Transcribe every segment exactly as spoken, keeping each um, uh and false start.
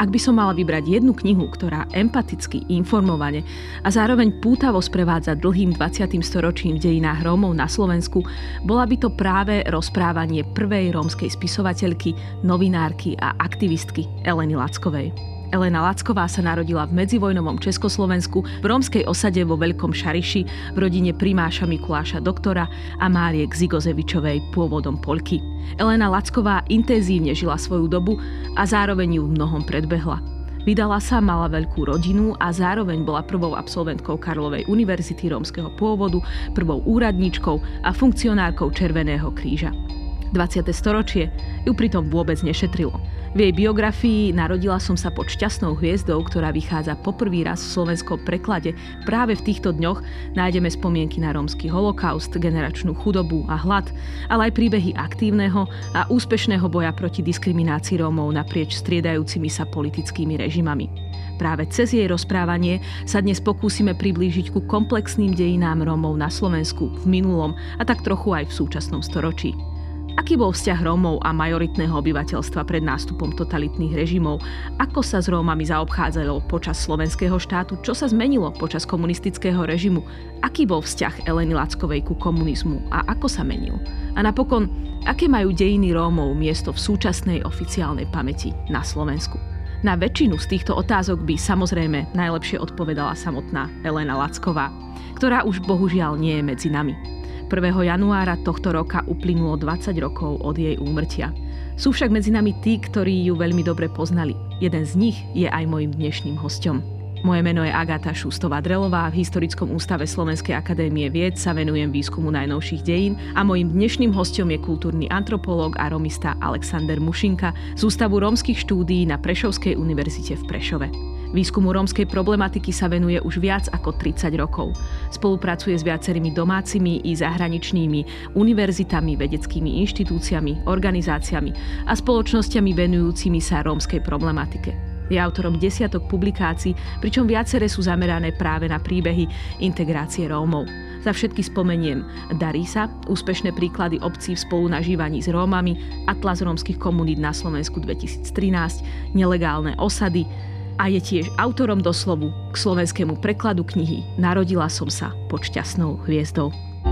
Ak by som mala vybrať jednu knihu, ktorá empaticky, informovane a zároveň pútavo sprevádza dlhým dvadsiatym storočím v dejinách Rómov na Slovensku, bola by to práve rozprávanie prvej rómskej spisovateľky, novinárky a aktivistky Eleny Lackovej. Elena Lacková sa narodila v medzivojnovom Československu v rómskej osade vo Veľkom Šariši v rodine primáša Mikuláša Doktora a Márie Gzigozevičovej, pôvodom Poľky. Elena Lacková intenzívne žila svoju dobu a zároveň ju v mnohom predbehla. Vydala sa, mala veľkú rodinu a zároveň bola prvou absolventkou Karlovej univerzity rómskeho pôvodu, prvou úradníčkou a funkcionárkou Červeného kríža. dvadsiate storočie ju pritom vôbec nešetrilo. V jej biografii Narodila som sa pod šťastnou hviezdou, ktorá vychádza poprvý raz v slovenskom preklade. Práve v týchto dňoch nájdeme spomienky na rómsky holokaust, generačnú chudobu a hlad, ale aj príbehy aktívneho a úspešného boja proti diskriminácii Rómov naprieč striedajúcimi sa politickými režimami. Práve cez jej rozprávanie sa dnes pokúsime priblížiť ku komplexným dejinám Rómov na Slovensku v minulom a tak trochu aj v súčasnom storočí. Aký bol vzťah Rómov a majoritného obyvateľstva pred nástupom totalitných režimov? Ako sa s Rómami zaobchádzalo počas slovenského štátu? Čo sa zmenilo počas komunistického režimu? Aký bol vzťah Eleny Lackovej ku komunizmu a ako sa menil? A napokon, aké majú dejiny Rómov miesto v súčasnej oficiálnej pamäti na Slovensku? Na väčšinu z týchto otázok by samozrejme najlepšie odpovedala samotná Elena Lacková, ktorá už bohužiaľ nie je medzi nami. prvého januára tohto roka uplynulo dvadsať rokov od jej úmrtia. Sú však medzi nami tí, ktorí ju veľmi dobre poznali. Jeden z nich je aj môjim dnešným hosťom. Moje meno je Agáta Šustová-Drelová, v Historickom ústave Slovenskej akadémie vied sa venujem výskumu najnovších dejín a mojím dnešným hosťom je kultúrny antropológ a romista Alexander Mušinka z Ústavu rómskych štúdií na Prešovskej univerzite v Prešove. Výskumu rómskej problematiky sa venuje už viac ako tridsať rokov. Spolupracuje s viacerými domácimi i zahraničnými univerzitami, vedeckými inštitúciami, organizáciami a spoločnosťami venujúcimi sa rómskej problematike. Je autorom desiatok publikácií, pričom viaceré sú zamerané práve na príbehy integrácie Rómov. Za všetky spomeniem Darí sa, úspešné príklady obcí v spolunažívaní s Rómami, Atlas rómskych komunít na Slovensku dvetisíctrinásť, nelegálne osady, a je tiež autorom doslovu k slovenskému prekladu knihy Narodila som sa pod šťastnou hviezdou.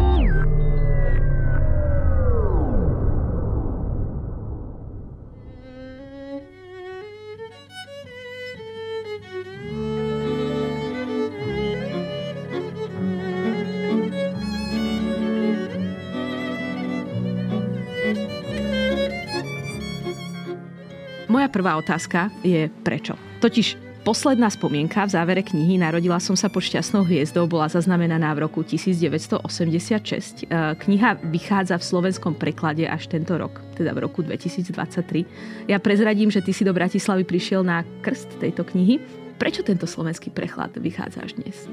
Moja prvá otázka je prečo? Totiž posledná spomienka v závere knihy Narodila som sa pod šťastnou hviezdou bola zaznamenaná v roku devätnásťstoosemdesiatšesť. Kniha vychádza v slovenskom preklade až tento rok, teda v roku dvetisícdvadsaťtri. Ja prezradím, že ty si do Bratislavy prišiel na krst tejto knihy. Prečo tento slovenský preklad vychádza až dnes?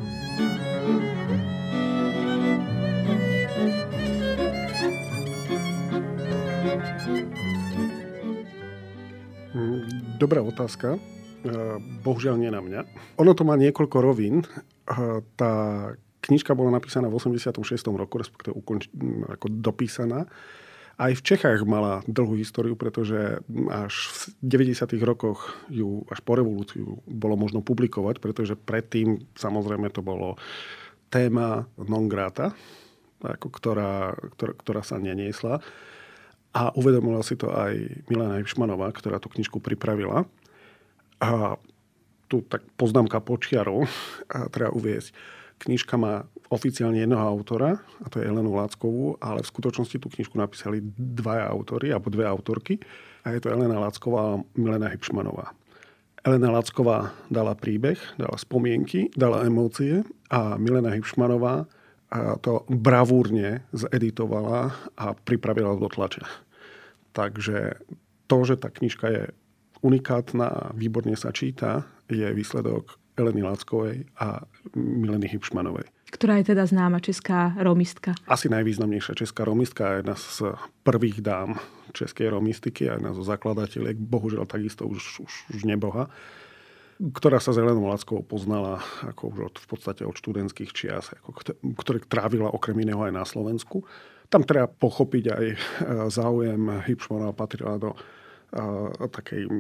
Dobrá otázka. Bohužiaľ nie na mňa. Ono to má niekoľko rovín. Tá knižka bola napísaná v osemdesiatom šiestom roku, respektíve ukonč- ako dopísaná. Aj v Čechách mala dlhú históriu, pretože až v deväťdesiatych rokoch ju až po revolúciu bolo možno publikovať, pretože predtým samozrejme to bolo téma non grata, ako ktorá, ktorá, ktorá sa neniesla. A uvedomila si to aj Milena Hipšmanová, ktorá tú knižku pripravila. A tu tak poznámka počiarov treba uviesť. Knižka má oficiálne jednoho autora, a to je Elenu Lackovú, ale v skutočnosti tú knižku napísali dvaja autori, alebo dve autorky. A je to Elena Lacková a Milena Hipšmanová. Elena Lacková dala príbeh, dala spomienky, dala emócie a Milena Hipšmanová to bravúrne zeditovala a pripravila do tlače. Takže to, že tá knižka je unikátna a výborne sa číta, je výsledok Eleny Lackovej a Mileny Hipšmanovej. Ktorá je teda známa česká romistka. Asi najvýznamnejšia česká romistka, jedna z prvých dám českej romistiky a jedna zo zakladateľiek, bohužiaľ takisto už, už, už neboha, ktorá sa s Elenou Lackovou poznala ako už od, v podstate od študentských čias, ako, ktoré trávila okrem iného aj na Slovensku. Tam treba pochopiť aj záujem. Hipšmanová patrila do takej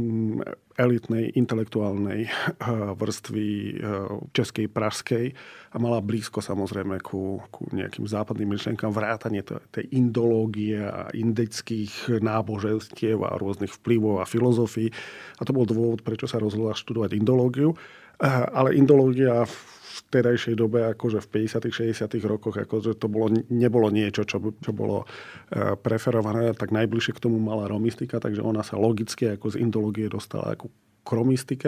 elitnej, intelektuálnej vrstvy českej, pražskej a mala blízko samozrejme ku, ku nejakým západným myšlenkám, vrátanie tej indológie a indických náboženstiev a rôznych vplyvov a filozofií. A to bol dôvod, prečo sa rozhodla študovať indológiu. Ale indológia v tedajšej dobe, akože v päťdesiatych šesťdesiatych rokoch, akože to bolo, nebolo niečo, čo, čo bolo preferované, tak najbližšie k tomu mala romistika, takže ona sa logicky ako z indológie dostala ako k romistike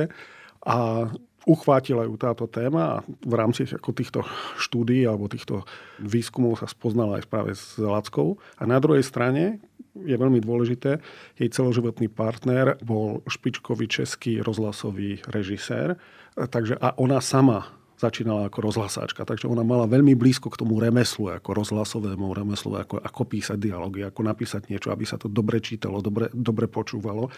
a uchvátila ju táto téma a v rámci ako týchto štúdií alebo týchto výskumov sa spoznala aj práve s Lackou. A na druhej strane je veľmi dôležité, jej celoživotný partner bol špičkový český rozhlasový režisér, takže a ona sama začínala ako rozhlasáčka, takže ona mala veľmi blízko k tomu remeslu, ako rozhlasovému remeslu, ako, ako písať dialógy, ako napísať niečo, aby sa to dobre čítalo, dobre, dobre počúvalo.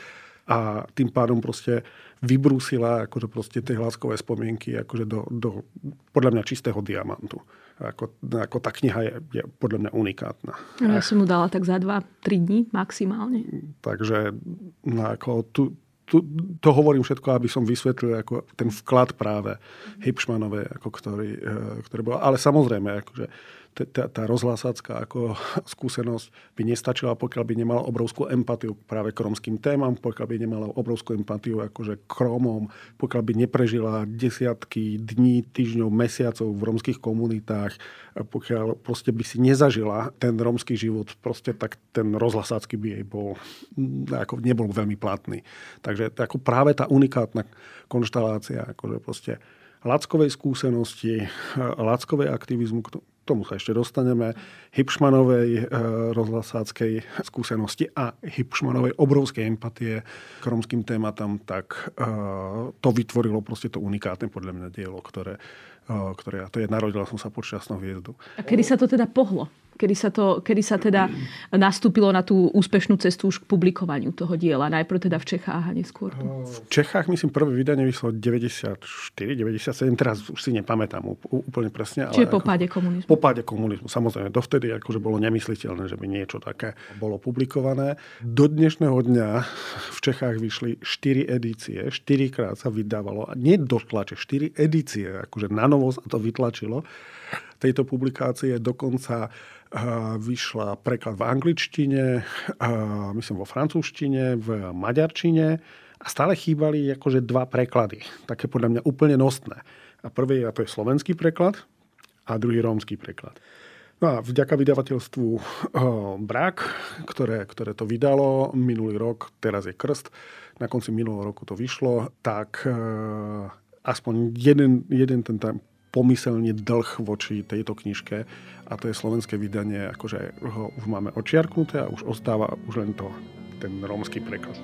A tým pádom proste vybrúsila akože proste tie Lackové spomienky akože do, do podľa mňa čistého diamantu. Ako, ako tá kniha je, je podľa mňa unikátna. Ja som mu dala tak za dva tri dní maximálne. Takže no, ako tu Tu, to hovorím všetko, aby som vysvetlil ako ten vklad práve Hipšmanovej, ako ktorý, ktorý bol. Ale samozrejme, akože tá, tá rozhlasácka ako skúsenosť by nestačila, pokiaľ by nemala obrovskú empatiu práve k rómskym témam, pokiaľ by nemala obrovskú empatiu akože k Rómom, pokiaľ by neprežila desiatky dní, týždňov, mesiacov v rómskych komunitách, pokiaľ proste by si nezažila ten rómsky život, proste tak ten rozhlasácky by jej bol, ako nebol veľmi platný. Takže ako práve tá unikátna konštalácia, akože proste Lackovej skúsenosti, Lackovej aktivizmu, k tomu sa ešte dostaneme, Hipšmanovej e, rozhlasáckej skúsenosti a Hipšmanovej obrovskej empatie k rómskym tématam, tak e, to vytvorilo proste to unikátne podľa mňa dielo, ktoré, e, ktoré to je Narodila som sa pod šťastnou hviezdou. A kedy sa to teda pohlo? Kedy sa, to, kedy sa teda nastúpilo na tú úspešnú cestu už k publikovaniu toho diela? Najprv teda v Čechách a neskôr tu? V Čechách, myslím, prvé vydanie vyšlo deväťdesiatštyri deväťdesiatsedem, teraz už si nepamätám úplne presne. Čiže po páde komunizmu. Po páde komunizmu, samozrejme. Dovtedy akože bolo nemysliteľné, že by niečo také bolo publikované. Do dnešného dňa v Čechách vyšli štyri edície, štyrikrát sa vydávalo, a nie do tlače, štyri edície, akože na novo sa to vytlačilo. Tejto publikácie dokonca vyšla preklad v angličtine, myslím vo francúzštine, v maďarčine a stále chýbali akože dva preklady. Také podľa mňa úplne nosné. A prvý, a to je slovenský preklad a druhý rómsky preklad. No a vďaka vydavateľstvu Brak, ktoré, ktoré to vydalo minulý rok, teraz je Krst, na konci minulého roku to vyšlo, tak aspoň jeden, jeden ten tam pomyselne dlh voči tejto knižke a to je slovenské vydanie, akože ho už máme odčiarknuté a už ostáva už len to, ten rómsky preklad.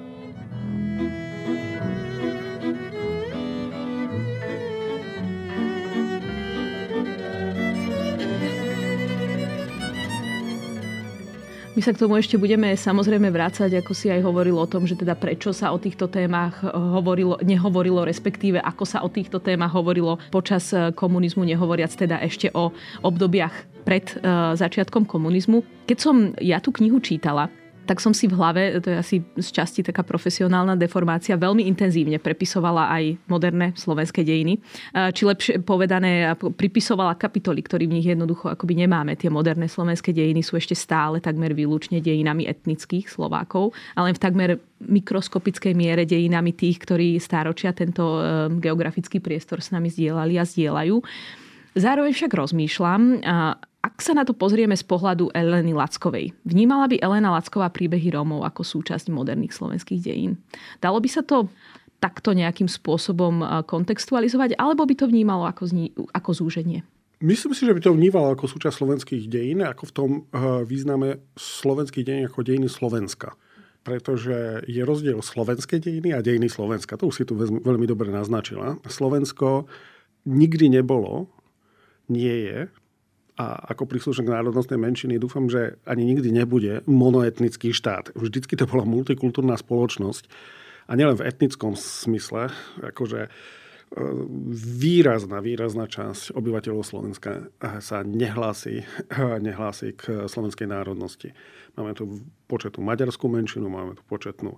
My sa k tomu ešte budeme samozrejme vrácať, ako si aj hovoril o tom, že teda prečo sa o týchto témach hovorilo, nehovorilo, respektíve ako sa o týchto témach hovorilo počas komunizmu, nehovoriac teda ešte o obdobiach pred uh, začiatkom komunizmu. Keď som ja tú knihu čítala, tak som si v hlave, to je asi z časti taká profesionálna deformácia, veľmi intenzívne prepisovala aj moderné slovenské dejiny. Či lepšie povedané, pripisovala kapitoly, ktorý v nich jednoducho akoby nemáme. Tie moderné slovenské dejiny sú ešte stále takmer výlučne dejinami etnických Slovákov, ale v takmer mikroskopickej miere dejinami tých, ktorí stáročia tento geografický priestor s nami zdieľali a zdieľajú. Zároveň však rozmýšľam, ak sa na to pozrieme z pohľadu Eleny Lackovej, vnímala by Elena Lacková príbehy Rómov ako súčasť moderných slovenských dejín? Dalo by sa to takto nejakým spôsobom kontextualizovať, alebo by to vnímalo ako, zni- ako zúženie? Myslím si, že by to vnímalo ako súčasť slovenských dejín, ako v tom význame slovenských dejín ako dejiny Slovenska. Pretože je rozdiel slovenské dejiny a dejiny Slovenska. To už si tu veľmi dobre naznačila. Slovensko nikdy nebolo, nie je, a ako príslušník národnostnej menšiny dúfam, že ani nikdy nebude monoetnický štát. Vždycky to bola multikultúrna spoločnosť a nielen v etnickom smysle, akože výrazná, výrazná časť obyvateľov Slovenska sa nehlási, nehlási k slovenskej národnosti. Máme tu početnú maďarskú menšinu, máme tu početnú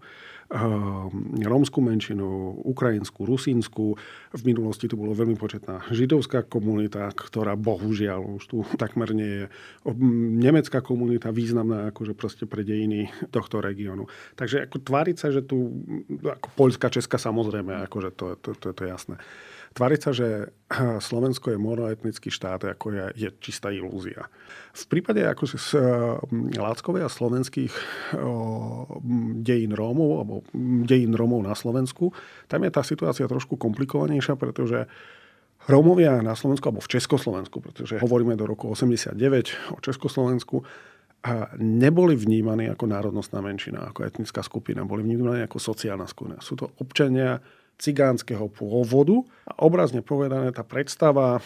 rómskú menšinu, ukrajinskú, rusínsku. V minulosti tu bolo veľmi početná židovská komunita, ktorá bohužiaľ už tu takmer nie je. Nemecká komunita významná akože proste pre dejiny tohto regiónu. Takže ako tváriť sa, že tu ako Poľska, Česka samozrejme, akože to, to, to, to je jasné. Tváriť sa, že Slovensko je monoetnický štát, ako je, je čistá ilúzia. V prípade akože z Lackovej a slovenských o, dejín Rómov, alebo dejín Rómov na Slovensku, tam je tá situácia trošku komplikovanejšia, pretože Rómovia na Slovensku, alebo v Československu, pretože hovoríme do roku osemdesiatdeväť o Československu, a neboli vnímaní ako národnostná menšina, ako etnická skupina, boli vnímaní ako sociálna skupina. Sú to občania cigánskeho pôvodu a obrazne povedané tá predstava,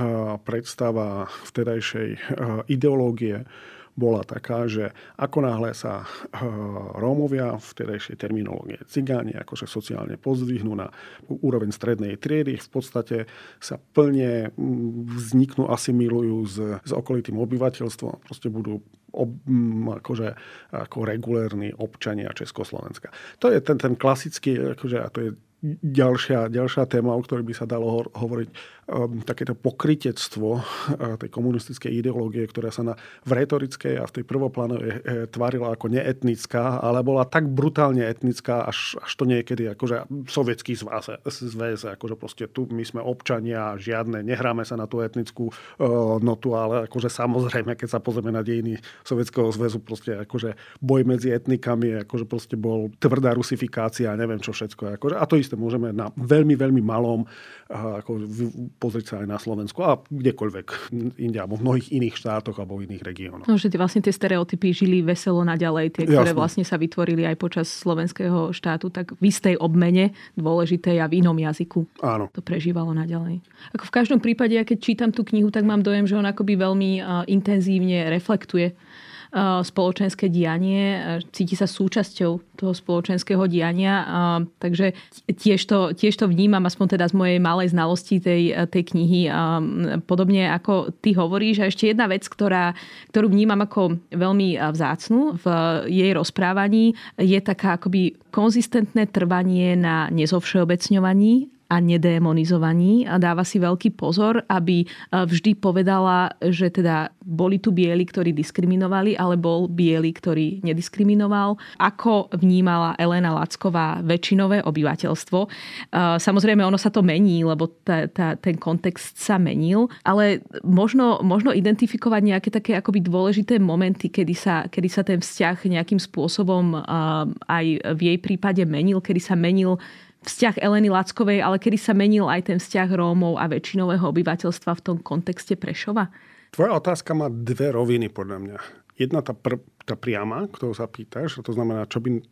predstava vtedajšej ideológie bola taká, že ako náhle sa Rómovia v vtedajšej terminológie cigáni akože sociálne pozdvihnú na úroveň strednej triedy, v podstate sa plne vzniknú, asimilujú s, s okolitým obyvateľstvom, proste budú ob, akože, ako regulérni občania Československa. To je ten, ten klasický, akože, a to je Ďalšia, ďalšia téma, o ktorej by sa dalo ho- hovoriť, um, takéto pokrytectvo uh, tej komunistickej ideológie, ktorá sa na, v retorickej a v tej prvoplánovej e, tvárila ako neetnická, ale bola tak brutálne etnická, až, až to niekedy akože sovietský zväz, zväz, akože proste tu my sme občania, žiadne, nehráme sa na tú etnickú uh, notu, ale akože samozrejme, keď sa pozrieme na dejiny Sovietskeho zväzu, proste akože boj medzi etnikami, akože proste bol tvrdá rusifikácia, neviem čo všetko. Akože, a to isté môžeme na veľmi, veľmi malom ako pozrieť sa aj na Slovensku a kdekoľvek inde, alebo v mnohých iných štátoch alebo v iných regiónoch. No, že vlastne tie stereotypy žili veselo naďalej, tie, ktoré Jasne. vlastne sa vytvorili aj počas slovenského štátu, tak v istej obmene dôležitej a v inom jazyku. Áno. To prežívalo naďalej. Ako v každom prípade, ja keď čítam tú knihu, tak mám dojem, že on akoby veľmi uh, intenzívne reflektuje spoločenské dianie, cíti sa súčasťou toho spoločenského diania, takže tiež to, tiež to vnímam, aspoň teda z mojej malej znalosti tej, tej knihy, podobne ako ty hovoríš. A ešte jedna vec, ktorá, ktorú vnímam ako veľmi vzácnu v jej rozprávaní, je taká akoby konzistentné trvanie na nezovšeobecňovaní a nedémonizovaní a dáva si veľký pozor, aby vždy povedala, že teda boli tu bieli, ktorí diskriminovali, ale bol biely, ktorý nediskriminoval. Ako vnímala Elena Lacková väčšinové obyvateľstvo? Samozrejme, ono sa to mení, lebo tá, tá, ten kontext sa menil, ale možno, možno identifikovať nejaké také akoby dôležité momenty, kedy sa, kedy sa ten vzťah nejakým spôsobom aj v jej prípade menil, kedy sa menil vzťah Eleny Lackovej, ale kedy sa menil aj ten vzťah Rómov a väčšinového obyvateľstva v tom kontexte Prešova? Tvoja otázka má dve roviny, podľa mňa. Jedna tá, pr- tá priama, ktorú sa pýtaš, to znamená, čo by,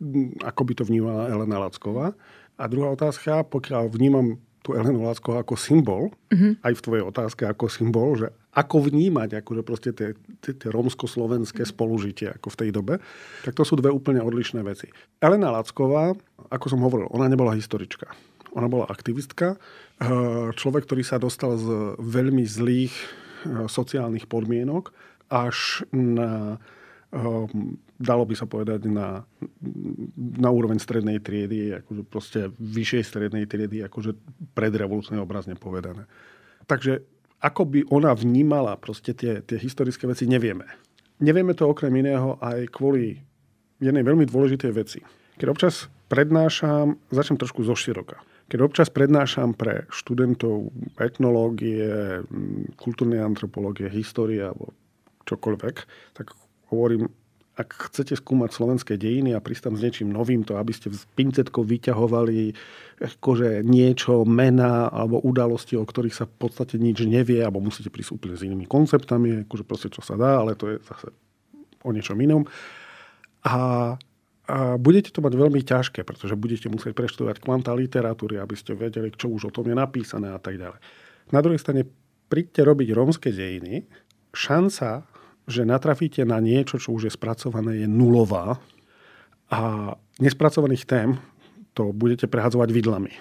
ako by to vnímala Elena Lacková. A druhá otázka, pokiaľ vnímam tú Elenu Lackovú ako symbol, mm-hmm. aj v tvojej otázke ako symbol, že ako vnímať akože proste tie, tie, tie rómsko-slovenské spolužitie ako v tej dobe, tak to sú dve úplne odlišné veci. Elena Lacková, ako som hovoril, ona nebola historička. Ona bola aktivistka, človek, ktorý sa dostal z veľmi zlých sociálnych podmienok až na, dalo by sa povedať, na, na úroveň strednej triedy, akože proste vyššej strednej triedy, akože predrevolučné obrazne povedané. Takže ako by ona vnímala proste tie, tie historické veci, nevieme. Nevieme to okrem iného aj kvôli jednej veľmi dôležitej veci. Keď občas prednášam, začnem trošku zoširoka. Keď občas prednášam pre študentov etnológie, kultúrnej antropológie, histórie alebo čokoľvek, tak hovorím, ak chcete skúmať slovenské dejiny a prísť tam s niečím novým, to aby ste s pincetkou vyťahovali akože niečo, mená alebo udalosti, o ktorých sa v podstate nič nevie, alebo musíte prísť úplne s inými konceptami, akože proste čo sa dá, ale to je zase o niečom inom. A, a budete to mať veľmi ťažké, pretože budete musieť preštudovať kvanta literatúry, aby ste vedeli, čo už o tom je napísané a tak ďalej. Na druhej strane príďte robiť rómske dejiny, šanca, že natrafíte na niečo, čo už je spracované, je nulová a nespracovaných tém to budete prehadzovať vidlami.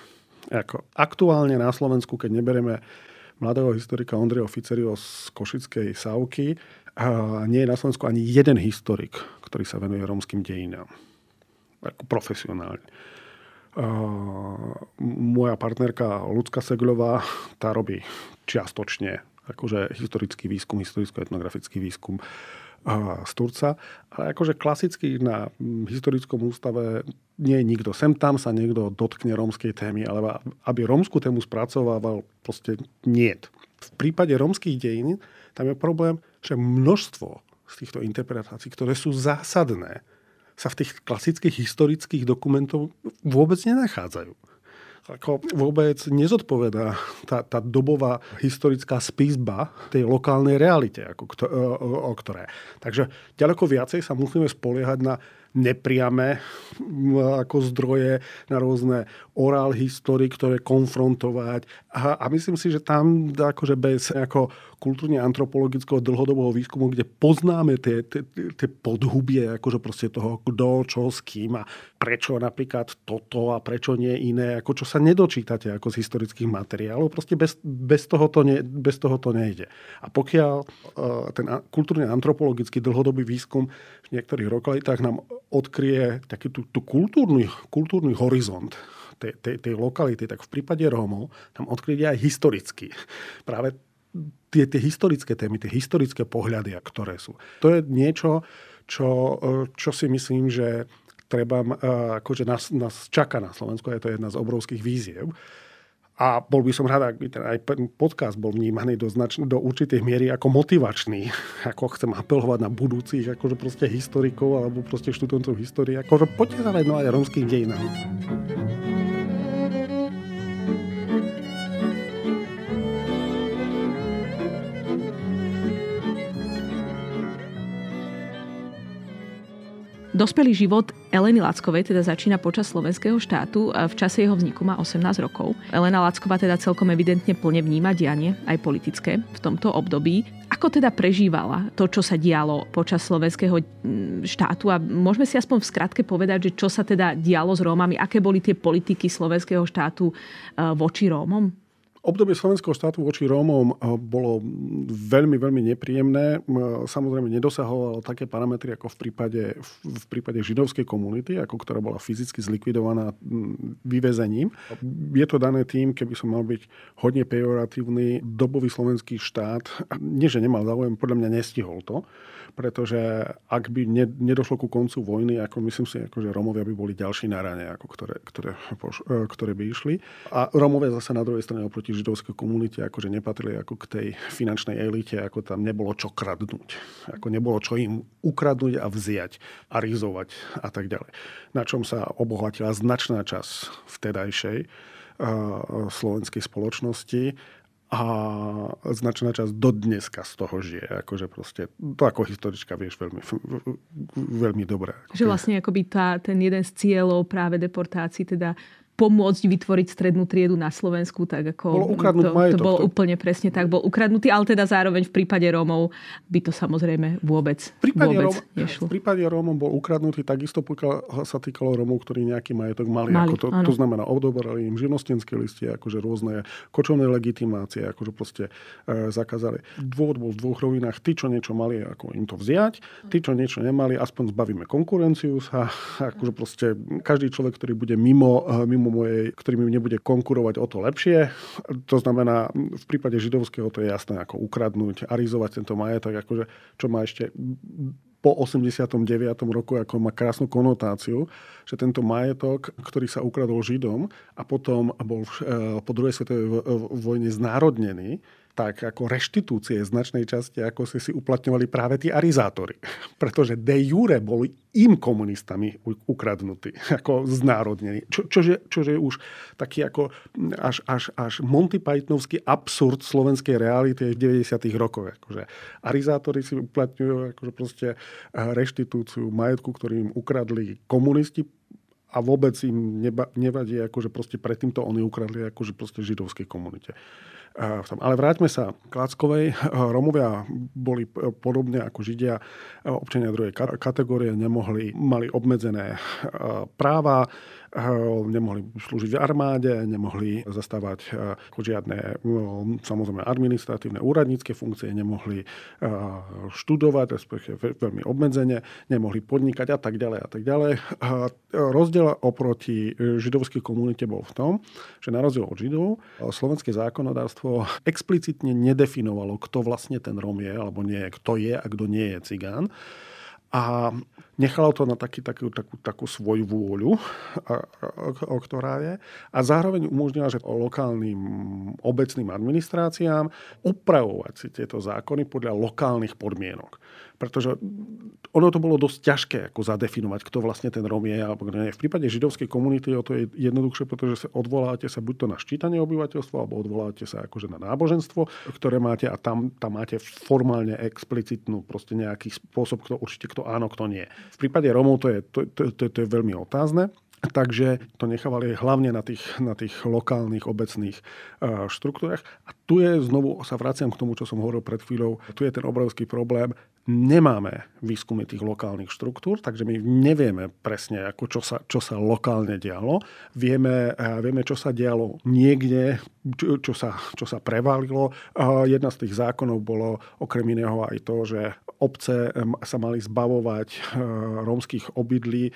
Ako aktuálne na Slovensku, keď neberieme mladého historika Ondreja Ficerio z Košickej Sávky, a nie je na Slovensku ani jeden historik, ktorý sa venuje rómskym dejinám. Ako profesionálne. Uh, moja partnerka Ľudská Seglová, tá robí čiastočne akože historický výskum, historicko-etnografický výskum uh, z Turca. Ale akože klasicky na historickom ústave nie je nikto. Sem tam sa niekto dotkne rómskej témy, ale aby rómsku tému spracovával, proste niet. V prípade rómskych dejín tam je problém, že množstvo z týchto interpretácií, ktoré sú zásadné, sa v tých klasických historických dokumentov vôbec nenachádzajú. Ako vôbec nezodpovedá tá, tá dobová historická spisba tej lokálnej realite, ako, o, o ktoré. Takže ďaleko viacej sa musíme spoliehať na nepriame ako zdroje, na rôzne orál histórii, ktoré konfrontovať. A, a myslím si, že tam akože bez ako kultúrne-antropologického dlhodobého výskumu, kde poznáme tie, tie, tie podhubie akože proste toho, kto, čo, s kým a prečo napríklad toto a prečo nie iné, ako čo sa nedočítate ako z historických materiálov. Proste bez, bez, toho, to ne, bez toho to nejde. A pokiaľ uh, ten kultúrne-antropologický dlhodobý výskum v niektorých lokalitách nám odkryje taký tú, tú kultúrny, kultúrny horizont tej, tej, tej lokality, tak v prípade Rómov tam odkryje aj historicky. Práve tie, tie historické témy, tie historické pohľady, ktoré sú. To je niečo, čo, čo si myslím, že treba, akože nás, nás čaká na Slovensku, a je to jedna z obrovských víziev. A bol by som rád, ak by ten aj podcast bol vnímaný do, znač- do určitej miery ako motivačný. Ako chcem apelovať na budúcich akože proste historikov alebo proste študentov histórie. Akože poďte sa venovať rómskym dejinám. Dospelý život Eleny Lackovej teda začína počas slovenského štátu. V čase jeho vzniku má osemnásť rokov. Elena Lacková teda celkom evidentne plne vníma dianie, aj politické, v tomto období. Ako teda prežívala to, čo sa dialo počas slovenského štátu? A môžeme si aspoň v skratke povedať, že čo sa teda dialo s Rómami? Aké boli tie politiky slovenského štátu voči Rómom? Obdobie slovenského štátu voči Rómom bolo veľmi, veľmi nepríjemné. Samozrejme nedosahovalo také parametry ako v prípade, v prípade židovskej komunity, ako ktorá bola fyzicky zlikvidovaná vyvezením. Je to dané tým, keby som mal byť hodne pejoratívny, dobový slovenský štát, nie že nemal záujem, podľa mňa nestihol to, pretože ak by nedošlo ku koncu vojny, ako myslím si, ako že Rómovia by boli ďalší na rane, ako ktoré, ktoré, ktoré by išli. A Rómovia zase na druhej strane oproti židovskej komunite akože nepatrili ako k tej finančnej elite, ako tam nebolo čo kradnúť. Ako nebolo čo im ukradnúť a vziať a rizovať a tak ďalej. Na čom sa obohatila značná časť vtedajšej uh, slovenskej spoločnosti. A značná časť do dneska z toho žije. Akože proste, to ako historička vieš veľmi, veľmi dobre. Že vlastne akoby tá, ten jeden z cieľov práve deportácií, teda pomôcť vytvoriť strednú triedu na Slovensku, tak ako bolo ukradnúť to, majetok, to bolo to... úplne presne tak, bol ukradnutý, ale teda zároveň v prípade Rómov by to samozrejme vôbec, v prípade vôbec Róm, nešlo. V prípade Rómov bol ukradnutý takisto, pokiaľ sa týkalo Rómov, ktorí nejaký majetok mali. mali ako to, to znamená, odoberali im živnostenské listy, akože rôzne kočovné legitimácie, akože proste e, zakázali. Dôvod bol v dvoch rovinách. Tí, čo niečo mali, ako im to vziať. Tí, čo niečo nemali, aspoň zbavíme konkurenciu sa. Akože proste každý človek, ktorý bude mimo, mimo mojej, ktorý mi nebude konkurovať, o to lepšie. To znamená, v prípade židovského to je jasné, ako ukradnúť, arizovať tento majetok, akože, čo má ešte po osemdesiatom deviatom roku, ako má krásnu konotáciu, že tento majetok, ktorý sa ukradol Židom a potom bol po druhej svetovej vojne znárodnený, tak ako reštitúcie značnej časti, ako si si uplatňovali práve tí arizátori. Pretože de jure boli im komunistami ukradnutí, ako znárodnení. Čo, čože, čože je už taký ako až, až, až Monty Pythonovský absurd slovenskej reality v deväťdesiatych rokoch. Akože arizátori si uplatňujú akože proste reštitúciu majetku, ktorý im ukradli komunisti, a vôbec im neba, nevadí, akože proste predtým to oni ukradli akože proste židovskej komunite. Ale vráťme sa k Lackovej. Rómovia boli podobne ako Židia, občania druhej kategórie, nemohli, mali obmedzené práva, nemohli slúžiť v armáde, nemohli zastávať žiadne samozrejme administratívne úradnícke funkcie, nemohli študovať, respektíve veľmi obmedzene, nemohli podnikať a tak ďalej a tak ďalej. Rozdiel oproti židovskej komunite bol v tom, že na rozdiel od Židov slovenské zákonodárstvo explicitne nedefinovalo, kto vlastne ten Róm je, alebo nie, kto je a kto nie je cigán. A nechalo to na taký, takú, takú, takú svoju vôľu, a, a, ktorá je. A zároveň umožnila, že lokálnym obecným administráciám upravovať si tieto zákony podľa lokálnych podmienok. Pretože ono to bolo dosť ťažké ako zadefinovať, kto vlastne ten Róm je alebo kto nie. V prípade židovskej komunity to je jednoduchšie, pretože sa odvoláte sa buď to na ščítanie obyvateľstva, alebo odvoláte sa akože na náboženstvo, ktoré máte a tam, tam máte formálne explicitnú proste nejaký spôsob, kto určite kto áno, kto nie. V prípade Rómov to je, to, to, to, to je veľmi otázne. Takže to nechávali hlavne na tých, na tých lokálnych, obecných uh, štruktúrach. A tu je, znovu sa vraciam k tomu, čo som hovoril pred chvíľou, tu je ten obrovský problém. Nemáme výskumy tých lokálnych štruktúr, takže my nevieme presne, ako čo, sa, čo sa lokálne dialo. Vieme, uh, vieme, čo sa dialo niekde, čo, čo, sa, čo sa prevalilo. Uh, jedna z tých zákonov bolo okrem iného aj to, že obce sa mali zbavovať uh, rómskych obydlí,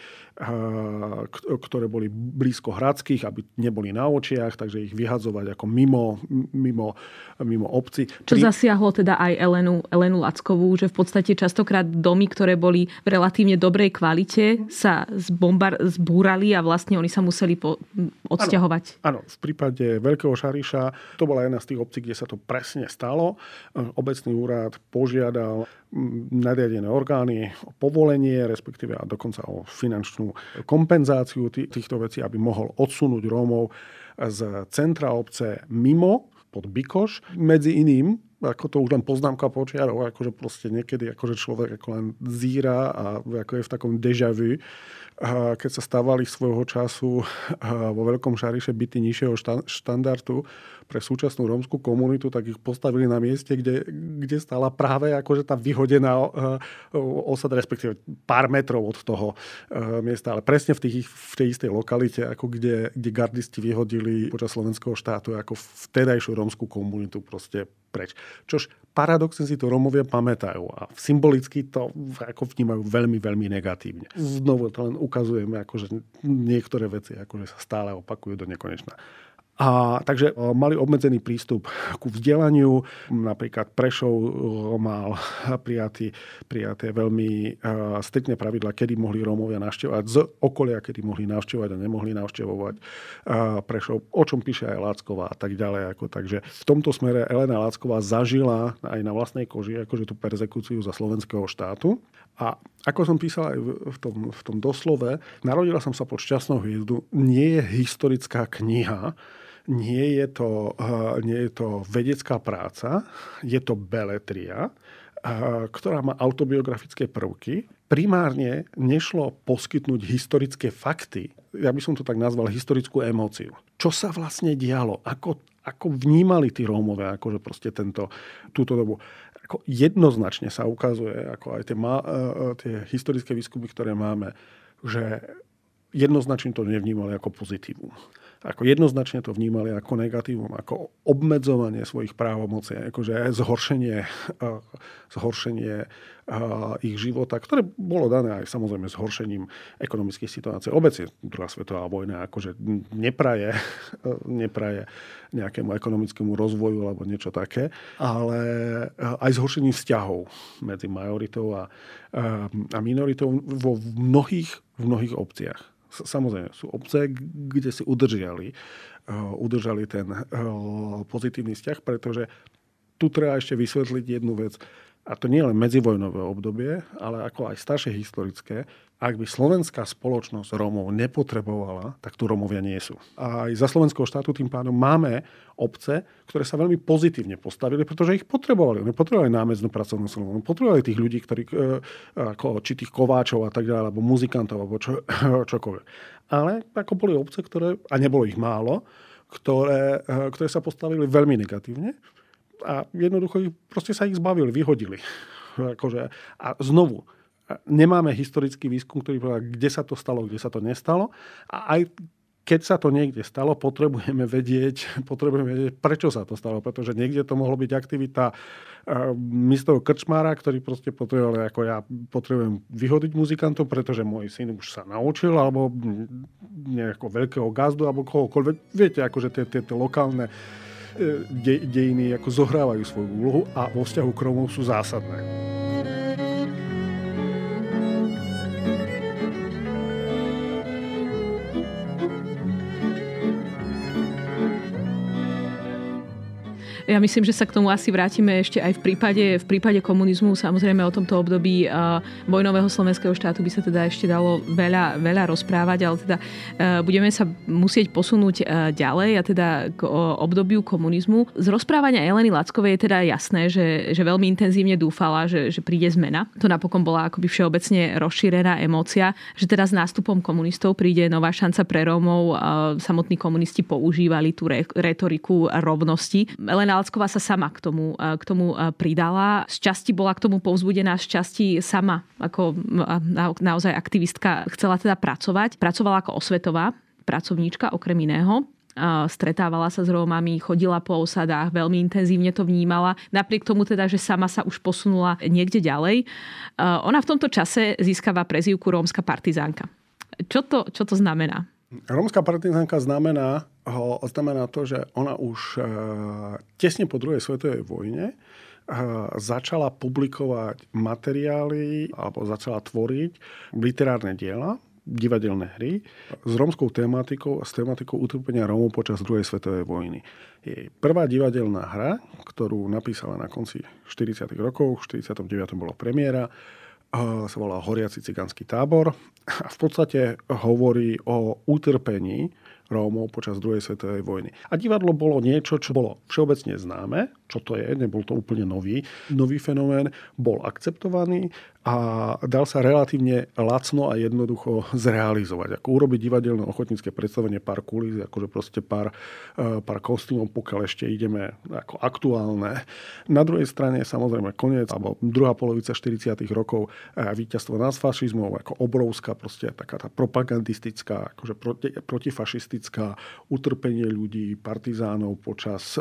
uh, ktoré boli blízko hradských, aby neboli na očiach, takže ich vyhadzovať ako mimo, mimo, mimo obci. Čo Pri... zasiahlo teda aj Elenu, Elenu Lackovú, že v podstate častokrát domy, ktoré boli v relatívne dobrej kvalite, sa zbombar, zbúrali a vlastne oni sa museli po, odsťahovať. Áno, áno, v prípade Veľkého Šariša to bola jedna z tých obcí, kde sa to presne stalo. Obecný úrad požiadal nariadené orgány o povolenie, respektíve a dokonca o finančnú kompenzáciu týchto vecí, aby mohol odsunúť Rómov z centra obce mimo, pod Bikoš. Medzi iným, ako to už len poznámka počiarov, akože proste niekedy akože človek ako len zíra a ako je v takom déjà vu, keď sa stavali svojho času vo Veľkom Šariše byty nižšieho štandardu pre súčasnú rómskú komunitu, tak ich postavili na mieste, kde, kde stála práve akože tá vyhodená osada, respektíve pár metrov od toho miesta, ale presne v, tých, v tej istej lokalite, ako kde, kde gardisti vyhodili počas slovenského štátu ako vtedajšiu rómskú komunitu proste preč. Čož paradoxne si to Rómovia pamätajú a symbolicky to ako vnímajú veľmi, veľmi negatívne. Znovu to len ukazujeme, akože niektoré veci akože sa stále opakujú do nekonečna. A takže mali obmedzený prístup ku vzdelaniu. Napríklad Prešov mal prijatý, prijaté veľmi striktné pravidlá, kedy mohli Rómovia navštevovať z okolia, kedy mohli navštevovať a nemohli navštevovať Prešov, o čom píše aj Lacková a tak ďalej. Ako, takže v tomto smere Elena Lacková zažila aj na vlastnej koži akože tú perzekúciu za slovenského štátu. A ako som písal aj v tom, v tom doslove, Narodila som sa pod šťastnou hviezdu, nie je historická kniha, nie je to, nie je to vedecká práca, je to beletria, ktorá má autobiografické prvky. Primárne nešlo poskytnúť historické fakty, ja by som to tak nazval historickú emóciu. Čo sa vlastne dialo? Ako, ako vnímali tí Rómovia akože proste tento, túto dobu? Ako jednoznačne sa ukazuje, ako aj tie, tie historické výskumy, ktoré máme, že jednoznačne to nevnímali ako pozitívum. Ako jednoznačne to vnímali ako negatívum, ako obmedzovanie svojich právomocí, akože zhoršenie, zhoršenie ich života, ktoré bolo dané aj samozrejme zhoršením ekonomických situácií. Obecne druhá svetová vojna akože nepraje, nepraje nejakému ekonomickému rozvoju alebo niečo také, ale aj zhoršením vzťahov medzi majoritou a, a minoritou vo mnohých, v mnohých obciach. Samozrejme, sú obce, kde si udržali, udržali ten pozitívny vzťah, pretože tu treba ešte vysvetliť jednu vec. A to nie len medzivojnové obdobie, ale ako aj staršie historické. Ak by slovenská spoločnosť Rómov nepotrebovala, tak tu Rómovia nie sú. A aj za slovenského štátu tým pádom máme obce, ktoré sa veľmi pozitívne postavili, pretože ich potrebovali. Oni potrebovali námeznú pracovnú silu. Oni potrebovali tých ľudí, ktorí, ako, či tých kováčov a tak ďalej, alebo muzikantov, alebo čo, čokoľvek. Ale ako boli obce, ktoré, a nebolo ich málo, ktoré, ktoré sa postavili veľmi negatívne. A jednoducho proste sa ich zbavili, vyhodili. Akože, a znovu, nemáme historický výskum, ktorý povedal, kde sa to stalo, kde sa to nestalo. A aj keď sa to niekde stalo, potrebujeme vedieť, potrebujeme vedieť, prečo sa to stalo. Pretože niekde to mohlo byť aktivita uh, miestneho krčmára, ktorý proste potreboval, ako ja potrebujem vyhodiť muzikantov, pretože môj syn už sa naučil, alebo nejakého veľkého gazdu, alebo kohokoľvek. Viete, akože tie, tie, tie lokálne de, dejiny ako zohrávajú svoju úlohu a vo vzťahu k Rómov sú zásadné. Ja myslím, že sa k tomu asi vrátime ešte aj v prípade, v prípade komunizmu. Samozrejme o tomto období uh, vojnového slovenského štátu by sa teda ešte dalo veľa, veľa rozprávať, ale teda uh, budeme sa musieť posunúť uh, ďalej a teda k uh, obdobiu komunizmu. Z rozprávania Eleny Lackovej je teda jasné, že, že veľmi intenzívne dúfala, že, že príde zmena. To napokon bola akoby všeobecne rozšírená emócia, že teda s nástupom komunistov príde nová šanca pre Rómov. Uh, samotní komunisti používali tú re- retoriku rovnosti. Elena Lacková sa sama k tomu, k tomu pridala. Z časti bola k tomu povzbudená, z časti sama ako na, naozaj aktivistka chcela teda pracovať. Pracovala ako osvetová pracovníčka okrem iného. Stretávala sa s Rómami, chodila po osadách, veľmi intenzívne to vnímala. Napriek tomu teda, že sama sa už posunula niekde ďalej. Ona v tomto čase získava prezývku rómska partizánka. Čo to, čo to znamená? Rómska partizánka znamená, ho, znamená to, že ona už e, tesne po druhej svetovej vojne e, začala publikovať materiály alebo začala tvoriť literárne diela, divadelné hry s rómskou tematikou a s tematikou utrpenia Rómov počas druhej svetovej vojny. Jej prvá divadelná hra, ktorú napísala na konci štyridsiatych rokov, v štyridsiatom deviatom bola premiéra, sa volá Horiaci cigánsky tábor a v podstate hovorí o utrpení Rómov počas druhej svetovej vojny. A divadlo bolo niečo, čo bolo všeobecne známe, čo to je, nebol to úplne nový, nový fenomén, bol akceptovaný a dal sa relatívne lacno a jednoducho zrealizovať. Ako urobiť divadelné ochotnícke predstavenie pár kulís, akože proste pár, pár kostýmov, pokiaľ ešte ideme ako aktuálne. Na druhej strane samozrejme koniec, alebo druhá polovica štyridsiatych rokov víťazstvo nad fašizmom, ako obrovská proste taká tá propagandistická, akože proti, protifašistická utrpenie ľudí, partizánov počas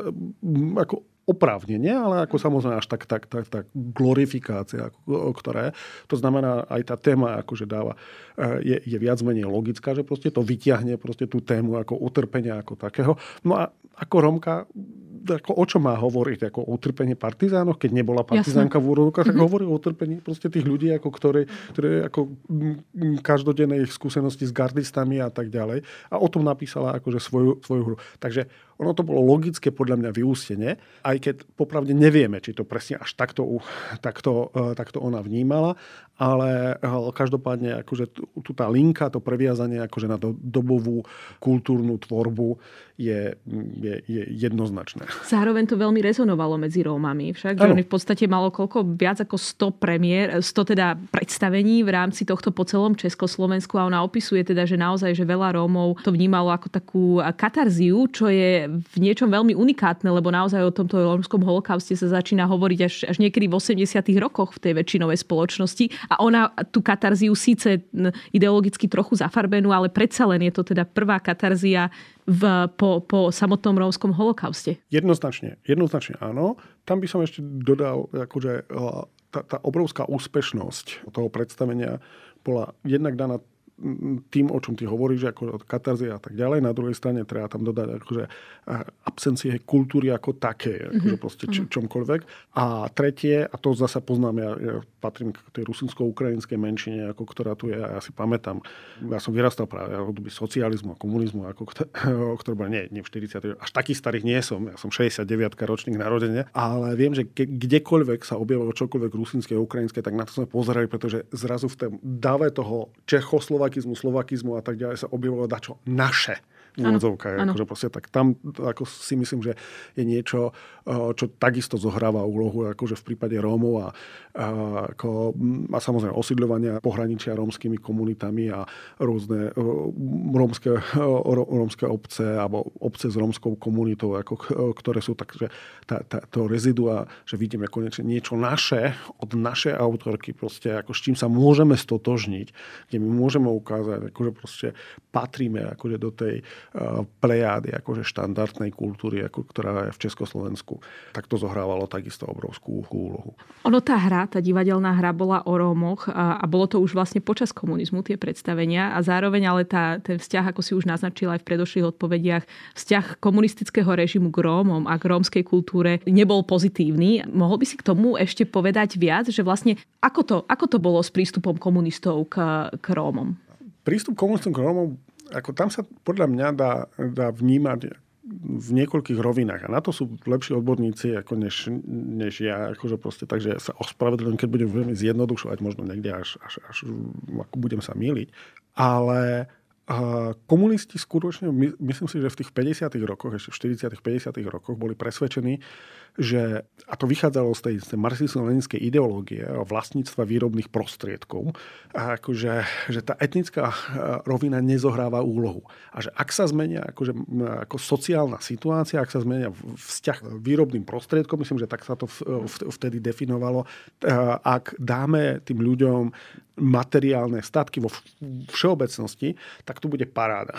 ako oprávnenie, ale ako samozrejme až tak, tak, tak, tak glorifikácia, ktoré, to znamená aj tá téma akože dáva, je, je viac menej logická, že proste to vyťahne proste tú tému ako utrpenia ako takého. No a ako Rómka, ako o čom má hovoriť? Ako o utrpení partizánoch, keď nebola partizánka v úrodovkách, tak mm-hmm. hovorí o utrpení proste tých ľudí, ako ktorí, ktorí ako každodenné ich skúsenosti s gardistami a tak ďalej. A o tom napísala akože svoju, svoju hru. Takže ono to bolo logické podľa mňa vyústenie, aj keď popravde nevieme, či to presne až takto, takto, takto ona vnímala, ale každopádne akože tu tá linka, to previazanie akože na do, dobovú kultúrnu tvorbu je, je, je jednoznačné. Zároveň to veľmi rezonovalo medzi Rómami. Však, že oni v podstate malo koľko, viac ako sto premiér, sto teda predstavení v rámci tohto po celom Československu a ona opisuje teda, že naozaj, že veľa Rómov to vnímalo ako takú katarziu, čo je v niečom veľmi unikátne, lebo naozaj o tomto rómskom holokauste sa začína hovoriť až, až niekedy v osemdesiatych rokoch v tej väčšinovej spoločnosti. A ona tú katarziu síce ideologicky trochu zafarbenú, ale predsa len je to teda prvá katarzia v, po, po samotnom rómskom holokauste. Jednoznačne, jednoznačne áno. Tam by som ešte dodal, akože tá, tá obrovská úspešnosť toho predstavenia bola jednak daná tým, o čom ty hovoríš, ako katarzia a tak ďalej. Na druhej strane treba tam dodať akože absencie kultúry ako také, akože proste č- čomkoľvek. A tretie, a to zasa poznám, ja, ja patrím k tej rusinsko-ukrajinskej menšine, ako ktorá tu je, a ja si pamätám, ja som vyrastal práve od doby socializmu a komunizmu, ako ktoré boli, nie, nie v štyridsiatych, až taký starých nie som, ja som šesťdesiatdeväť ročník narodenia, ale viem, že ke, kdekoľvek sa objavilo čokoľvek rusinské a ukrajinské, tak na to sme pozerali, pretože zrazu v tom dave toho Čechoslovakizmu, slovakizmu a tak ďalej sa objavilo dačo naše. v úvodzovkách. Akože proste, tak tam ako si myslím, že je niečo, čo takisto zohráva úlohu akože v prípade Rómov a, a, ako, a samozrejme osídľovania pohraničia rómskymi komunitami a rôzne rómske, rómske obce alebo obce s rómskou komunitou, ako, ktoré sú tak, že tá, tá, to rezidua, že vidíme konečne niečo naše od našej autorky, proste, ako s čím sa môžeme stotožniť, kde my môžeme ukázať, akože proste patríme akože do tej uh, plejády akože štandardnej kultúry, ako, ktorá je v Československu. Tak to zohrávalo takisto obrovskú úlohu. Ono tá hra, tá divadelná hra bola o Rómoch a, a bolo to už vlastne počas komunizmu tie predstavenia a zároveň ale tá, ten vzťah, ako si už naznačila aj v predošlých odpovediach, vzťah komunistického režimu k Rómom a k rómskej kultúre nebol pozitívny. Mohol by si k tomu ešte povedať viac, že vlastne ako to, ako to bolo s prístupom komunistov k, k Rómom? Prístup komunistov k Rómom, ako tam sa podľa mňa dá, dá vnímať v niekoľkých rovinách. A na to sú lepší odborníci ako než, než ja. Akože proste, takže sa ospravedlňujem, keď budem veľmi zjednodušovať, možno niekde až, až, až ako budem sa myliť. Ale a komunisti skutočne, my, myslím si, že v tých päťdesiatych rokoch, ešte v štyridsiatych päťdesiatych rokoch boli presvedčení, že, a to vychádzalo z tej, z tej marxistsko-leninskej ideológie o vlastníctva výrobných prostriedkov, a akože, že tá etnická rovina nezohráva úlohu. A že ak sa zmenia akože, ako sociálna situácia, ak sa zmenia vzťah výrobným prostriedkom, myslím, že tak sa to vtedy definovalo, ak dáme tým ľuďom materiálne statky vo všeobecnosti, tak tu bude paráda.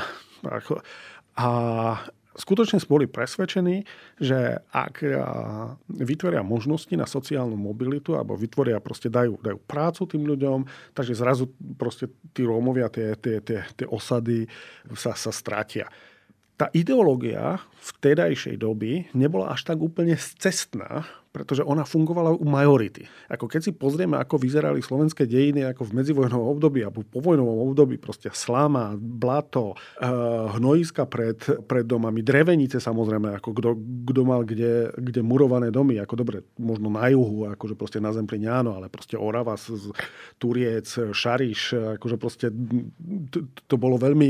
A skutočne boli presvedčení, že ak vytvoria možnosti na sociálnu mobilitu alebo vytvoria, proste dajú, dajú prácu tým ľuďom, takže zrazu proste tí Rómovia, tie, tie, tie, tie osady sa, sa stratia. Tá ideológia vtedajšej doby nebola až tak úplne scestná, pretože ona fungovala u majority. Ako keď si pozrieme, ako vyzerali slovenské dejiny ako v medzivojnovom období alebo po vojnovom období, proste slama, blato, hnojiska pred, pred domami, drevenice samozrejme, ako kto, kto mal kde, kde murované domy, ako dobre, možno na juhu, akože proste na Zemplíne áno, ale proste Orava, Turiec, Šariš, akože proste to, to bolo veľmi,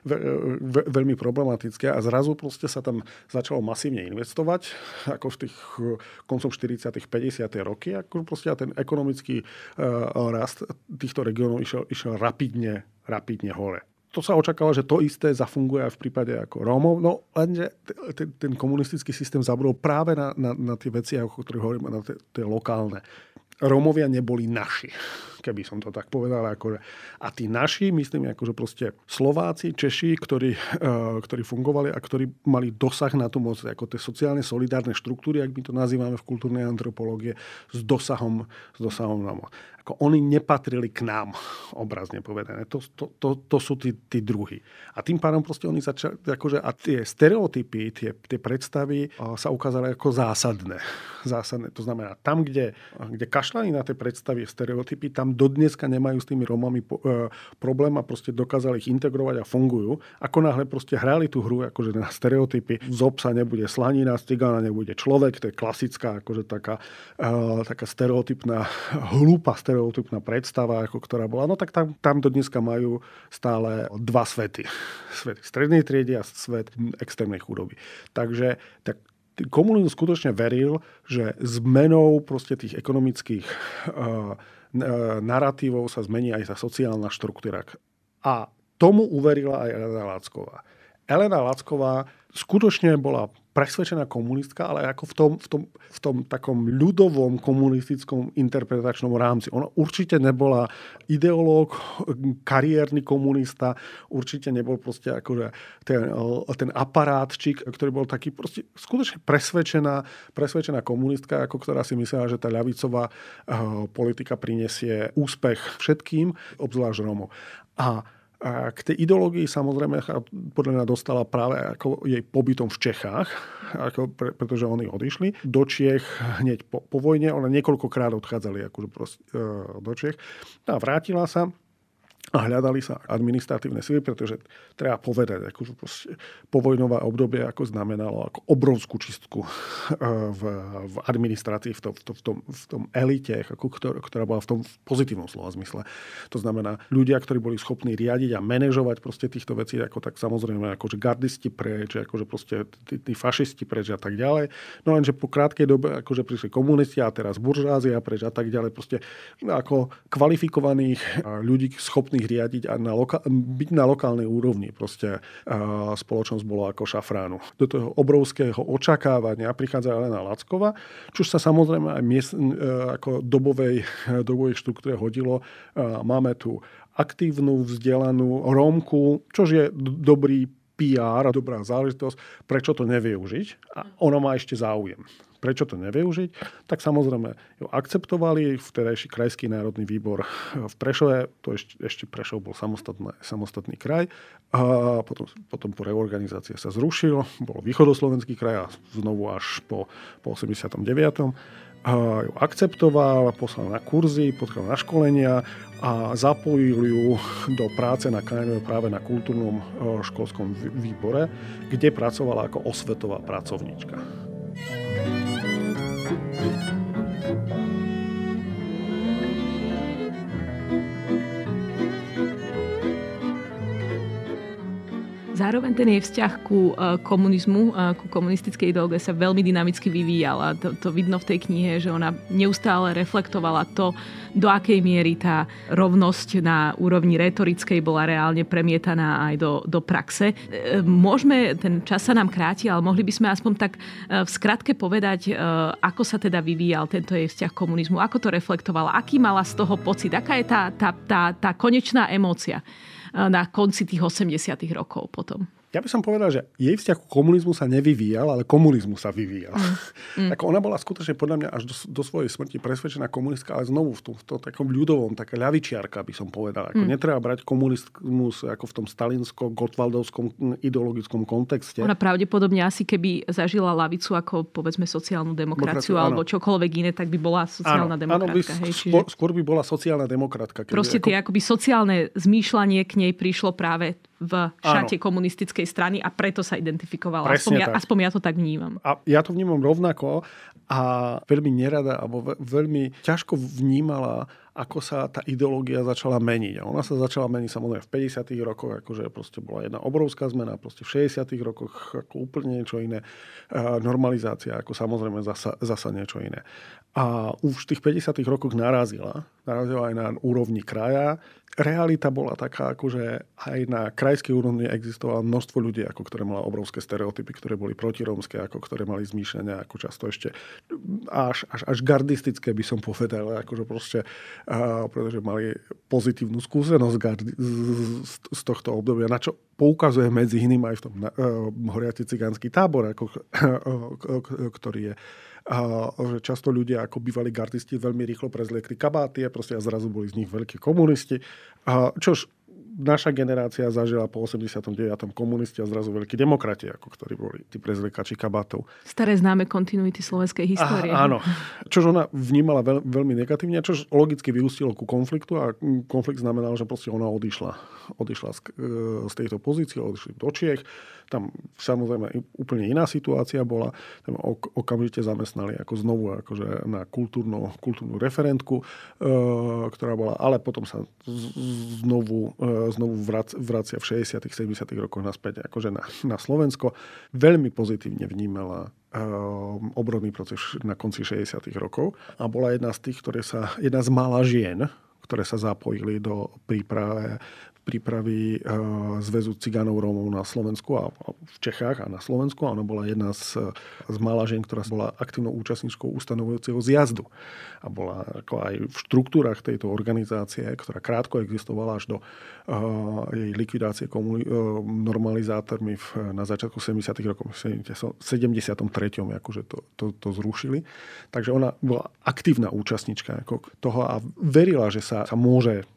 veľmi problematické a zrazu proste sa tam začalo masívne investovať, ako v tých koncom štyridsiatych päťdesiatych roky, ako proste ten ekonomický uh, rast týchto regiónov išiel, išiel rapidne, rapidne hore. To sa očakáva, že to isté zafunguje aj v prípade ako Rómov, no lenže ten, ten komunistický systém zabudol práve na, na, na tie veci, o ktorých hovoríme, na tie, tie lokálne. Rómovia neboli naši, keby som to tak povedal. Akože. A tí naši, myslím, akože proste Slováci, Češi, ktorí, uh, ktorí fungovali a ktorí mali dosah na tú moc, ako tie sociálne solidárne štruktúry, ak my to nazývame v kultúrnej antropológie, s dosahom, s dosahom na moc. Ako oni nepatrili k nám, obrazne povedané. To, to, to, to sú tí, tí druhí. A tým pádom proste oni začali, akože, a tie stereotypy, tie, tie predstavy uh, sa ukázali ako zásadné. Zásadné. To znamená, tam, kde, kde kašľali na tie predstavy, stereotypy, tam dodneska nemajú s tými Rómami po, uh, problém a proste dokázali ich integrovať a fungujú. Ako náhle proste hrali tú hru, akože na stereotypy, z obsa nebude slanina, z cigána nebude človek, to je klasická, akože taká, uh, taká stereotypná, hlúpa stereotypná stereotypná predstava, ako ktorá bola, no tak tam, tam do dneska majú stále dva svety. Svet strednej triedy a svet extrémnej chudoby. Takže tak komunizmus skutočne veril, že zmenou proste tých ekonomických uh, naratívov sa zmení aj tá sociálna štruktúra. A tomu uverila aj Elena Lacková. Elena Lacková skutočne bola presvedčená komunistka, ale ako v tom, v tom, v tom takom ľudovom komunistickom interpretačnom rámci. Ona určite nebola ideológ, kariérny komunista, určite nebol proste akože ten, ten aparátčik, ktorý bol taký proste skutočne presvedčená, presvedčená komunistka, ako ktorá si myslela, že tá ľavicová uh, politika prinesie úspech všetkým, obzvlášť Rómov. A A k tej ideológii samozrejme podľa mňa dostala práve ako jej pobytom v Čechách, ako pre, pretože oni odišli do Čiech hneď po, po vojne. Ona niekoľkokrát odchádzali akože proste, do Čiech. A vrátila sa a hľadali sa administratívne sily, pretože treba povedať, ako povojnové obdobie ako znamenalo ako obrovskú čistku v, v administrácii, v tom, v tom, v tom, v tom elite, ako ktor, ktorá bola v tom pozitívnom slova zmysle. To znamená, ľudia, ktorí boli schopní riadiť a manažovať proste týchto vecí, ako tak samozrejme, akože gardisti preč, akože proste tí, tí fašisti preč a tak ďalej. No lenže po krátkej dobe akože prišli komunisti a teraz buržázia preč a tak ďalej. Proste ako kvalifikovaných ľudí schopných riadiť a na loka- byť na lokálnej úrovni. Proste uh, spoločnosť bola ako šafránu. Do toho obrovského očakávania prichádza Elena Lackova, čo sa samozrejme aj miest, uh, ako dobovej, dobovej štruktúre hodilo. Uh, máme tu aktívnu, vzdelanú Rómku, čož je d- dobrý pé er a dobrá záležitosť. Prečo to nevyužiť? A ona má ešte záujem. Prečo to nevyužiť? Tak samozrejme ju akceptovali. Vtedajší krajský národný výbor v Prešove, to ešte, ešte Prešov bol samostatný, samostatný kraj. A potom, potom po reorganizácii sa zrušil. Bol východoslovenský kraj a znovu až po, po osemdesiatom deviatom ju akceptoval, poslal na kurzy, poslal na školenia a zapojil ju do práce na ká en vé práve na kultúrnom školskom výbore, kde pracovala ako osvetová pracovníčka. Zároveň ten jej vzťah ku komunizmu, ku komunistickej ideológii sa veľmi dynamicky vyvíjal a to, to vidno v tej knihe, že ona neustále reflektovala to, do akej miery tá rovnosť na úrovni retorickej bola reálne premietaná aj do, do praxe. Môžeme, ten čas sa nám kráti, ale mohli by sme aspoň tak v skratke povedať, ako sa teda vyvíjal tento jej vzťah k komunizmu, ako to reflektovala, aký mala z toho pocit, aká je tá, tá, tá, tá konečná emócia na konci tých osemdesiatych rokov potom. Ja by som povedal, že jej vzťah k komunizmu sa nevyvíjal, ale komunizmus sa vyvíjal. Mm. Tak ona bola skutočne podľa mňa až do, do svojej smrti presvedčená komunistka, ale znovu v tom, v tom takom ľudovom, taká ľavičiarka by som povedal. Ako mm. Netreba brať komunizmus ako v tom stalinsko-gotwaldovskom ideologickom kontexte. Ona pravdepodobne asi keby zažila ľavicu ako povedzme sociálnu demokraciu, demokraciu alebo áno. čokoľvek iné, tak by bola sociálna áno, demokratka. Áno, hej, skôr, čiže... skôr by bola sociálna demokratka. Proste tie ako... akoby sociálne zmýšľanie k nej prišlo práve v šate áno. komunistickej strany a preto sa identifikovala. Aspoň ja, aspoň ja to tak vnímam. A ja to vnímam rovnako a veľmi nerada, alebo veľmi ťažko vnímala, ako sa tá ideológia začala meniť. A ona sa začala meniť samozrejme v päťdesiatych rokoch, akože proste bola jedna obrovská zmena, proste v šesťdesiatych rokoch ako úplne niečo iné. Normalizácia, ako samozrejme zasa, zasa niečo iné. A už v tých päťdesiatych rokoch narazila. Narazila aj na úrovni kraja. Realita bola taká, akože aj na krajskej úrovni existovalo množstvo ľudí, ako ktoré mali obrovské stereotypy, ktoré boli protirómske, ako ktoré mali zmýšľania, ako často ešte až, až, až gardistické by som povedal, akože proste, uh, pretože mali pozitívnu skúsenosť gardi- z, z tohto obdobia, na čo poukazuje medzi iným aj v tom uh, horiaci cigánsky tábor, ako, uh, ktorý je a že často ľudia, ako bývali gardisti, veľmi rýchlo prezliekli kabáty a proste a zrazu boli z nich veľkí komunisti. A čož naša generácia zažila po osemdesiatom deviatom komunisti a zrazu veľkí demokrati, ako ktorí boli tí prezliekači kabátov. Staré známe kontinuity slovenskej histórie. A, áno. Čož ona vnímala veľ, veľmi negatívne, čož logicky vyústilo ku konfliktu a konflikt znamenal, že proste ona odišla. Odišla z, z tejto pozície, odišli do Čiech. Tam samozrejme úplne iná situácia bola. Tam okamžite zamestnali ako znovu akože na kultúrnu, kultúrnu referentku, e, ktorá bola, ale potom sa znovu, e, znovu vrac, vracia v šesťdesiatych sedemdesiatych rokoch naspäť akože na, na Slovensko. Veľmi pozitívne vnímala e, obrodný proces na konci šesťdesiatych rokov a bola jedna z tých, ktoré sa, jedna z mála žien, ktoré sa zapojili do príprave prípravy Zväzu cigánov Rómov na Slovensku a v Čechách a na Slovensku. A ona bola jedna z, z mála žien, ktorá bola aktívnou účastníčkou ustanovujúceho zjazdu. A bola ako aj v štruktúrach tejto organizácie, ktorá krátko existovala až do uh, jej likvidácie komuni- uh, normalizátormi v, na začiatku sedemdesiatych rokov. V sedemdesiatom treťom akože to, to, to zrušili. Takže ona bola aktívna účastníčka ako toho a verila, že sa, sa môže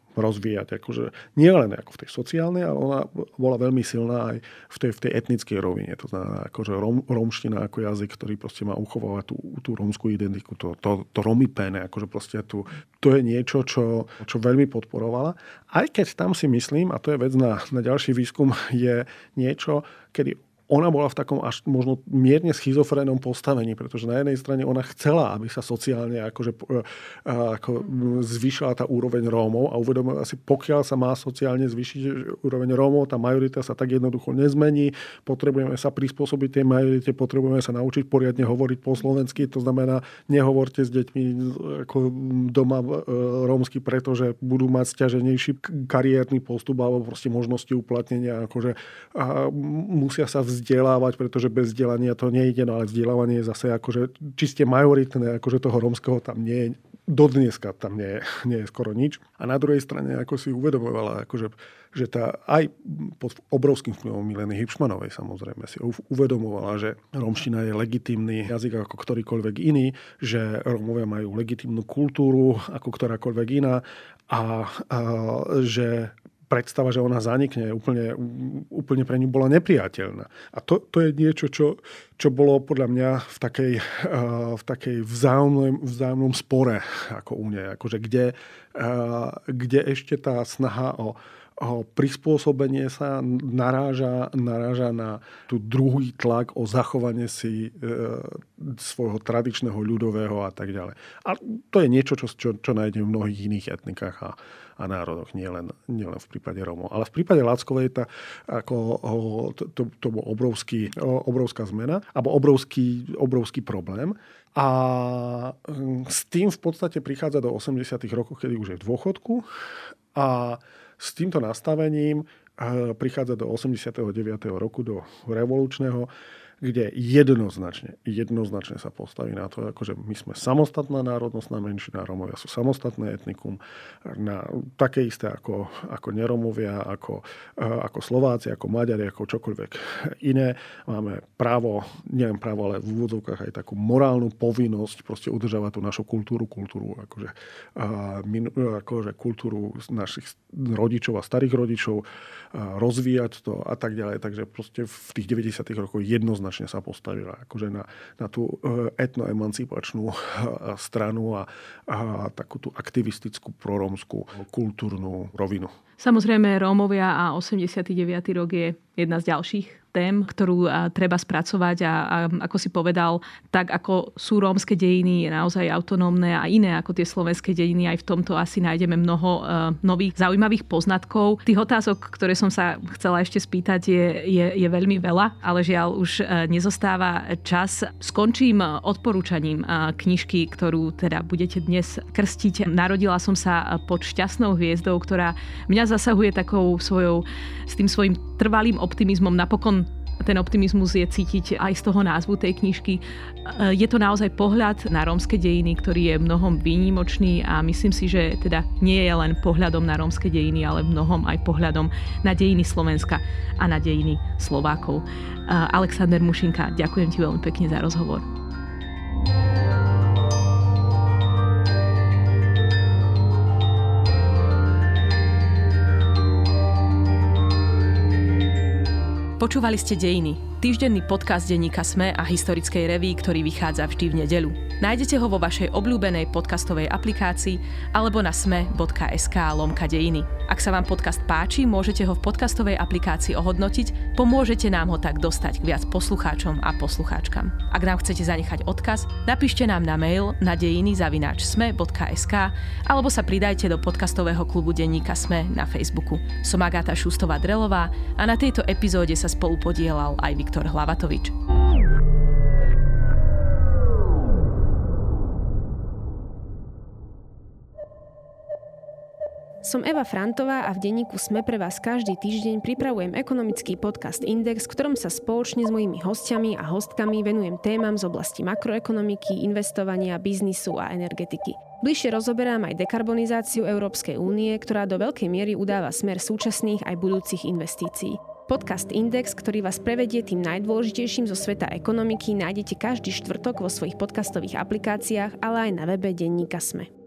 rozvíjať. Akože nie len ako v tej sociálnej, ale ona bola veľmi silná aj v tej, v tej etnickej rovine. To znamená, akože rom, romština ako jazyk, ktorý proste má uchovávať tú, tú rómskú identiku, to, to, to romipéne, akože proste tu, to je niečo, čo, čo veľmi podporovala. Aj keď tam si myslím, a to je vec na, na ďalší výskum, je niečo, kedy ona bola v takom až možno mierne schizofrénnom postavení, pretože na jednej strane ona chcela, aby sa sociálne akože, ako zvýšila tá úroveň Rómov a uvedomila si, pokiaľ sa má sociálne zvýšiť úroveň Rómov, tá majorita sa tak jednoducho nezmení, potrebujeme sa prispôsobiť tej majorite, potrebujeme sa naučiť poriadne hovoriť po slovensky, to znamená, nehovorte s deťmi ako doma rómsky, pretože budú mať sťaženejší kariérny postup alebo proste možnosti uplatnenia, akože a musia sa vz vzdelávať, pretože bez vzdelania to nejde, no ale vzdelávanie je zase akože čiste majoritné, akože toho rómskeho tam nie je, do dneska tam nie je, nie je skoro nič. A na druhej strane ako si uvedomovala, akože, že tá aj pod obrovským vplyvom Mileny Hipšmanovej samozrejme si uvedomovala, že rómština je legitímny jazyk ako ktorýkoľvek iný, že Rómovia majú legitímnu kultúru ako ktorákoľvek iná a, a že predstava, že ona zanikne, úplne, úplne pre ňu bola nepriateľná. A to, to je niečo, čo, čo bolo podľa mňa v takej, v takej vzájomnom, vzájomnom spore ako u nej. Akože kde, kde ešte tá snaha o, o prispôsobenie sa naráža, naráža na tú druhý tlak o zachovanie si e, svojho tradičného, ľudového a tak ďalej. A to je niečo, čo, čo, čo nájdeme v mnohých iných etnikách a a národoch, nielen nie len v prípade Rómov. Ale v prípade Lackovej tá, ako, to, to, to bol obrovský, obrovská zmena, alebo obrovský, obrovský problém. A s tým v podstate prichádza do osemdesiatych rokov, kedy už je v dôchodku. A s týmto nastavením prichádza do osemdesiateho deviateho roku, do revolučného, kde jednoznačne, jednoznačne sa postaví na to, akože my sme samostatná národnostná menšina, Rómovia sú samostatné etnikum, na, také isté ako, ako nerómovia, ako, ako Slováci, ako Maďari, ako čokoľvek iné. Máme právo, neviem právo, ale v úvodzovkách aj takú morálnu povinnosť proste udržavať tú našu kultúru, kultúru akože, akože kultúru našich rodičov a starých rodičov, rozvíjať to a tak ďalej. Takže proste v tých deväťdesiatych rokoch jednoznačne sa postavila akože na, na tú etnoemancipačnú stranu a, a takú tú aktivistickú prorómskú kultúrnu rovinu. Samozrejme, Rómovia a osemdesiaty deviaty rok je jedna z ďalších tém, ktorú treba spracovať a, a ako si povedal, tak ako sú rómske dejiny naozaj autonómne a iné ako tie slovenské dejiny, aj v tomto asi nájdeme mnoho uh, nových zaujímavých poznatkov. Tých otázok, ktoré som sa chcela ešte spýtať, je, je, je veľmi veľa, ale žiaľ už uh, nezostáva čas. Skončím odporúčaním uh, knižky, ktorú teda budete dnes krstiť. Narodila som sa pod šťastnou hviezdou, ktorá mňa zasahuje takou svojou, s tým svojím trvalým optimizmom. Napokon ten optimizmus je cítiť aj z toho názvu tej knižky. Je to naozaj pohľad na rómske dejiny, ktorý je mnohom výnimočný a myslím si, že teda nie je len pohľadom na rómske dejiny, ale mnohom aj pohľadom na dejiny Slovenska a na dejiny Slovákov. Alexander Mušinka, ďakujem ti veľmi pekne za rozhovor. Počúvali ste Dejiny, týždenný podcast denníka SME a historickej reví, ktorý vychádza vždy v nedeľu. Nájdete ho vo vašej obľúbenej podcastovej aplikácii alebo na sme.sk lomka dejiny. Ak sa vám podcast páči, môžete ho v podcastovej aplikácii ohodnotiť, pomôžete nám ho tak dostať k viac poslucháčom a poslucháčkam. Ak nám chcete zanechať odkaz, napíšte nám na mail na dejiny zavináč sme.sk alebo sa pridajte do podcastového klubu denníka SME na Facebooku. Som Agáta Šustová-Drelová a na tejto epizóde sa spolupodielal aj Viktor Hlavatovič. Som Eva Frantová a v denníku SME pre vás každý týždeň pripravujem ekonomický podcast Index, v ktorom sa spoločne s mojimi hostiami a hostkami venujem témam z oblasti makroekonomiky, investovania, biznisu a energetiky. Bližšie rozoberám aj dekarbonizáciu Európskej únie, ktorá do veľkej miery udáva smer súčasných aj budúcich investícií. Podcast Index, ktorý vás prevedie tým najdôležitejším zo sveta ekonomiky, nájdete každý štvrtok vo svojich podcastových aplikáciách, ale aj na webe denníka SME.